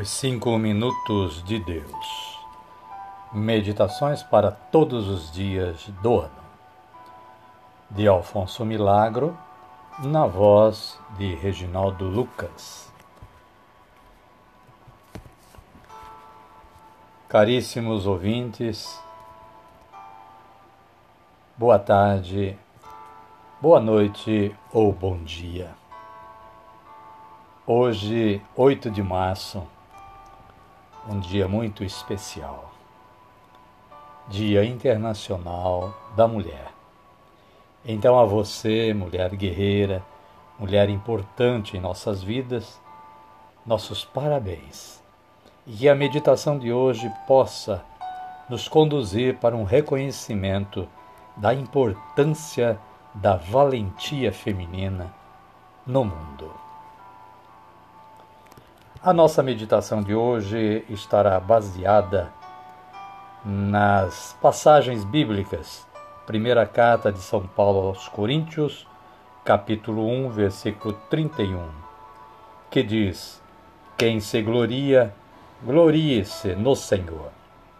Os 5 minutos de Deus. Meditações para todos os dias do ano. De Alfonso Milagro, na voz de Reginaldo Lucas. Caríssimos ouvintes, boa tarde, boa noite ou bom dia. Hoje, 8 de março, um dia muito especial. Dia Internacional da Mulher. Então a você, mulher guerreira, mulher importante em nossas vidas, nossos parabéns. E que a meditação de hoje possa nos conduzir para um reconhecimento da importância da valentia feminina no mundo. A nossa meditação de hoje estará baseada nas passagens bíblicas. Primeira carta de São Paulo aos Coríntios, capítulo 1, versículo 31, que diz: quem se gloria, glorie-se no Senhor.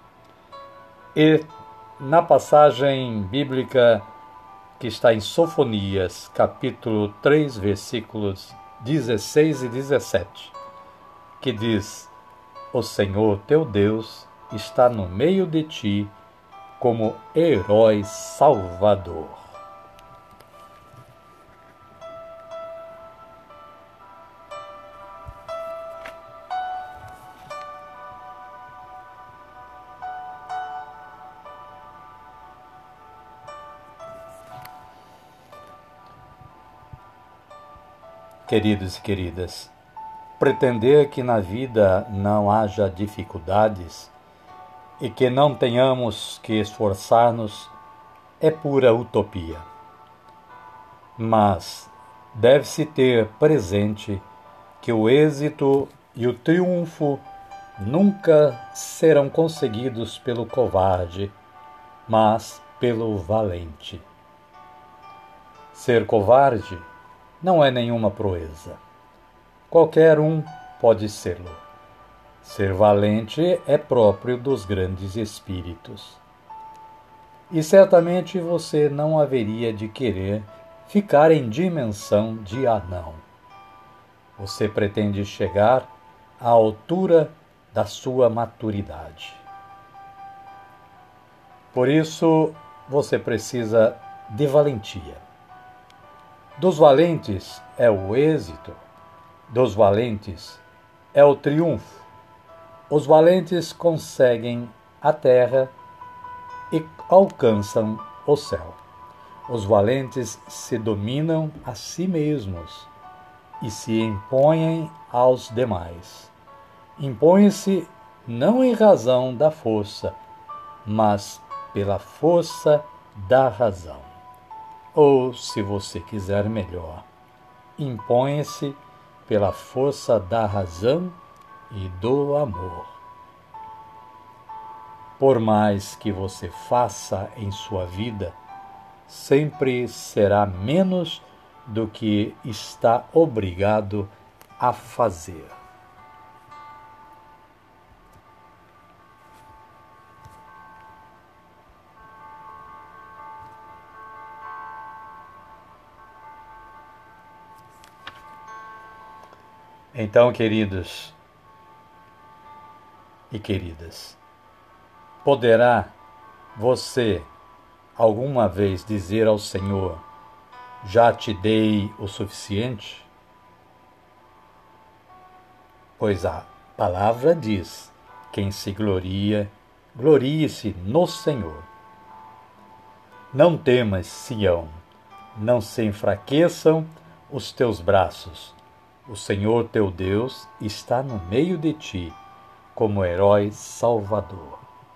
E na passagem bíblica que está em Sofonias, capítulo 3, versículos 16 e 17, que diz: o Senhor teu Deus está no meio de ti como herói salvador. Queridos e queridas, pretender que na vida não haja dificuldades e que não tenhamos que esforçar-nos é pura utopia. Mas deve-se ter presente que o êxito e o triunfo nunca serão conseguidos pelo covarde, mas pelo valente. Ser covarde não é nenhuma proeza. Qualquer um pode sê-lo. Ser valente é próprio dos grandes espíritos. E certamente você não haveria de querer ficar em dimensão de anão. Você pretende chegar à altura da sua maturidade. Por isso, você precisa de valentia. Dos valentes é o êxito, dos valentes é o triunfo. Os valentes conseguem a terra e alcançam o céu. Os valentes se dominam a si mesmos e se impõem aos demais. Impõem-se não em razão da força, mas pela força da razão. Ou, se você quiser melhor, impõem-se pela força da razão e do amor. Por mais que você faça em sua vida, sempre será menos do que está obrigado a fazer. Então, queridos e queridas, poderá você alguma vez dizer ao Senhor: já te dei o suficiente? Pois a palavra diz: quem se gloria, glorie-se no Senhor. Não temas, Sião, não se enfraqueçam os teus braços. O Senhor teu Deus está no meio de ti, como herói salvador.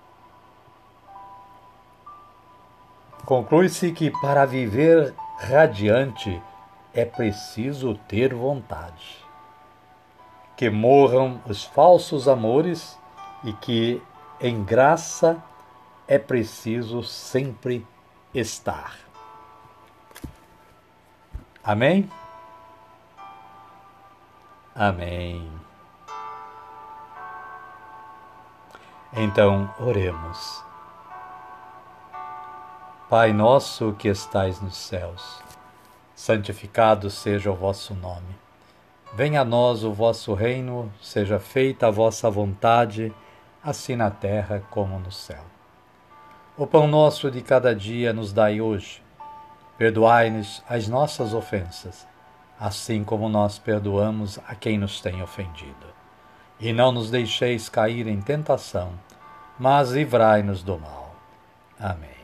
Conclui-se que para viver radiante é preciso ter vontade. Que morram os falsos amores e que em graça é preciso sempre estar. Amém? Amém. Então, oremos. Pai nosso que estais nos céus, santificado seja o vosso nome. Venha a nós o vosso reino, seja feita a vossa vontade, assim na terra como no céu. O pão nosso de cada dia nos dai hoje. Perdoai-nos as nossas ofensas, assim como nós perdoamos a quem nos tem ofendido. E não nos deixeis cair em tentação, mas livrai-nos do mal. Amém.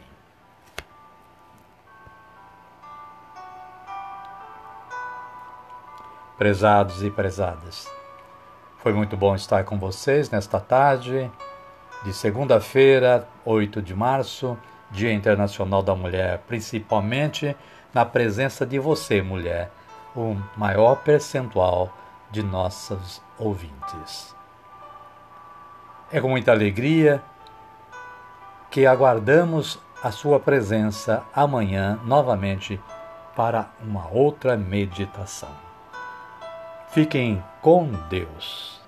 Prezados e prezadas, foi muito bom estar com vocês nesta tarde de segunda-feira, 8 de março, Dia Internacional da Mulher, principalmente na presença de você, mulher, o maior percentual de nossos ouvintes. É com muita alegria que aguardamos a sua presença amanhã novamente para uma outra meditação. Fiquem com Deus.